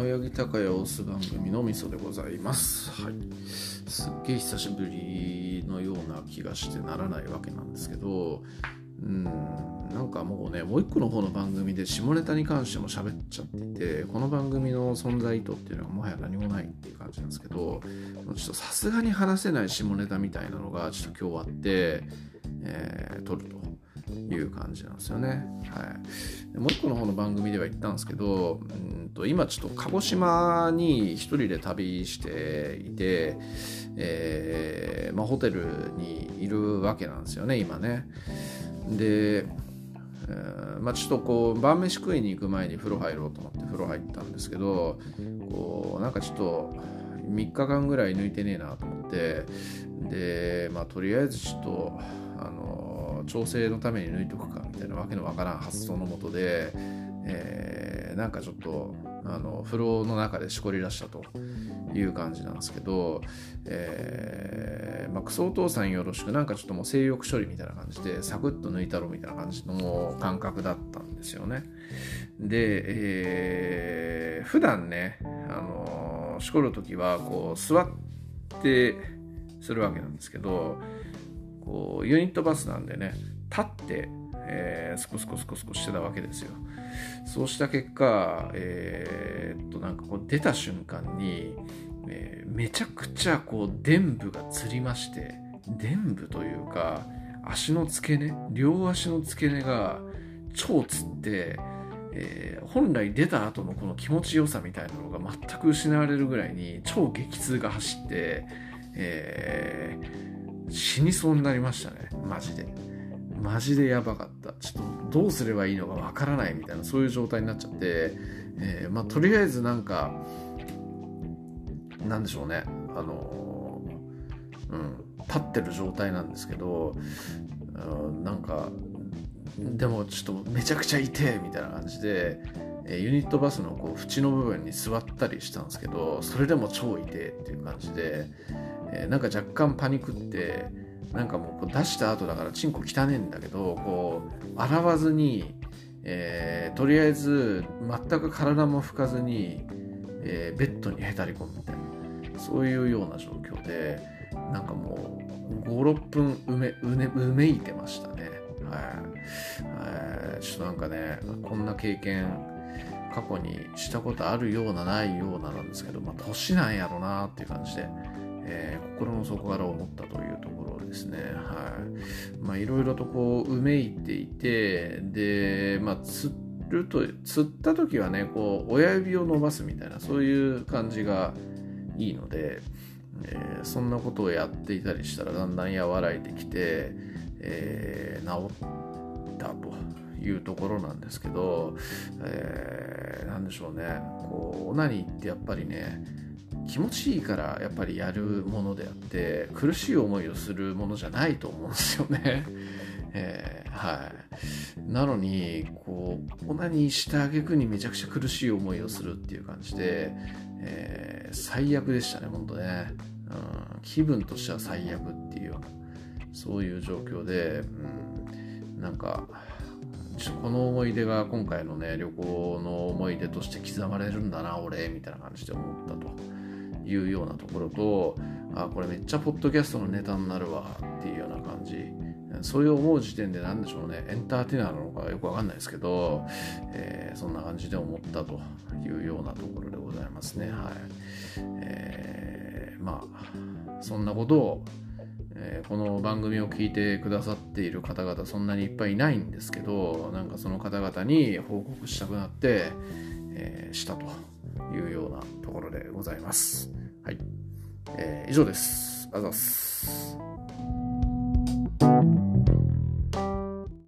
八木隆也を推す番組のみそでございます。はい、すっげえ久しぶりのような気がしてならないわけなんですけど、なんかもう一個の方の番組で下ネタに関しても喋っちゃっていて、この番組の存在意図っていうのはもはや何もないっていう感じなんですけど、ちょっとさすがに話せない下ネタみたいなのがちょっと今日あって、撮るという感じなんですよね。はい、もう一個の方の番組では言ったんですけど、今ちょっと鹿児島に一人で旅していて、ホテルにいるわけなんですよね今ね。で、ちょっとこう晩飯食いに行く前に風呂入ろうと思って風呂入ったんですけど、なんかちょっと3日間ぐらい抜いてねえなと思って、でとりあえずちょっと調整のために抜いとくかみたいなわけのわからん発想のもとで、なんかちょっと風呂の中でしこり出したという感じなんですけど、クソお父さんよろしく、なんかちょっともう性欲処理みたいな感じでサクッと抜いたろみたいな感じの感覚だったんですよね。で、普段ねしこるときはこう座ってするわけなんですけど、こうユニットバスなんでね立って、スコスコしてたわけですよ。そうした結果、なんかこう出た瞬間に、めちゃくちゃこう臀部がつりまして、臀部というか足の付け根、両足の付け根が超つって、本来出た後のこの気持ちよさみたいなのが全く失われるぐらいに超激痛が走って、死にそうになりましたね。マジでやばかった。ちょっとどうすればいいのかわからないみたいな、そういう状態になっちゃって、とりあえずなんかなんでしょうね、立ってる状態なんですけど、なんかでもちょっとめちゃくちゃ痛えみたいな感じで、ユニットバスのこう縁の部分に座ったりしたんですけど、それでも超痛えっていう感じで、なんか若干パニクって、なんかもうこう出した後だからチンコ汚ねえんだけど、こう洗わずに、とりあえず全く体も拭かずに、ベッドにへたり込むみたいな、そういうような状況で、なんかもう 5,6 分うめいてましたね。はい、ちょっとなんかね、こんな経験過去にしたことあるようなないようななんですけど、年なんやろなっていう感じで、心の底から思ったというところですね。はい、いろいろとこううめいていて、で、釣った時はね、こう親指を伸ばすみたいな、そういう感じがいいので、そんなことをやっていたりしたらだんだん和らいできて、治ったというところなんですけど、なんでしょうね、こうオナニーってやっぱりね、気持ちいいからやっぱりやるものであって、苦しい思いをするものじゃないと思うんですよね。なのにこうオナニーした挙句にめちゃくちゃ苦しい思いをするっていう感じで、最悪でしたね本当ね、気分としては最悪っていうような、そういう状況で、なんかこの思い出が今回のね旅行の思い出として刻まれるんだな俺みたいな感じで思ったというようなところと、これめっちゃポッドキャストのネタになるわっていうような感じ、そういう思う時点でなんでしょうね、エンターテイナーなのかよくわかんないですけど、そんな感じで思ったというようなところでございますね。はい、そんなことを、この番組を聞いてくださっている方々そんなにいっぱいいないんですけど、なんかその方々に報告したくなって、したというようなところでございます。はい、以上です。あざっす。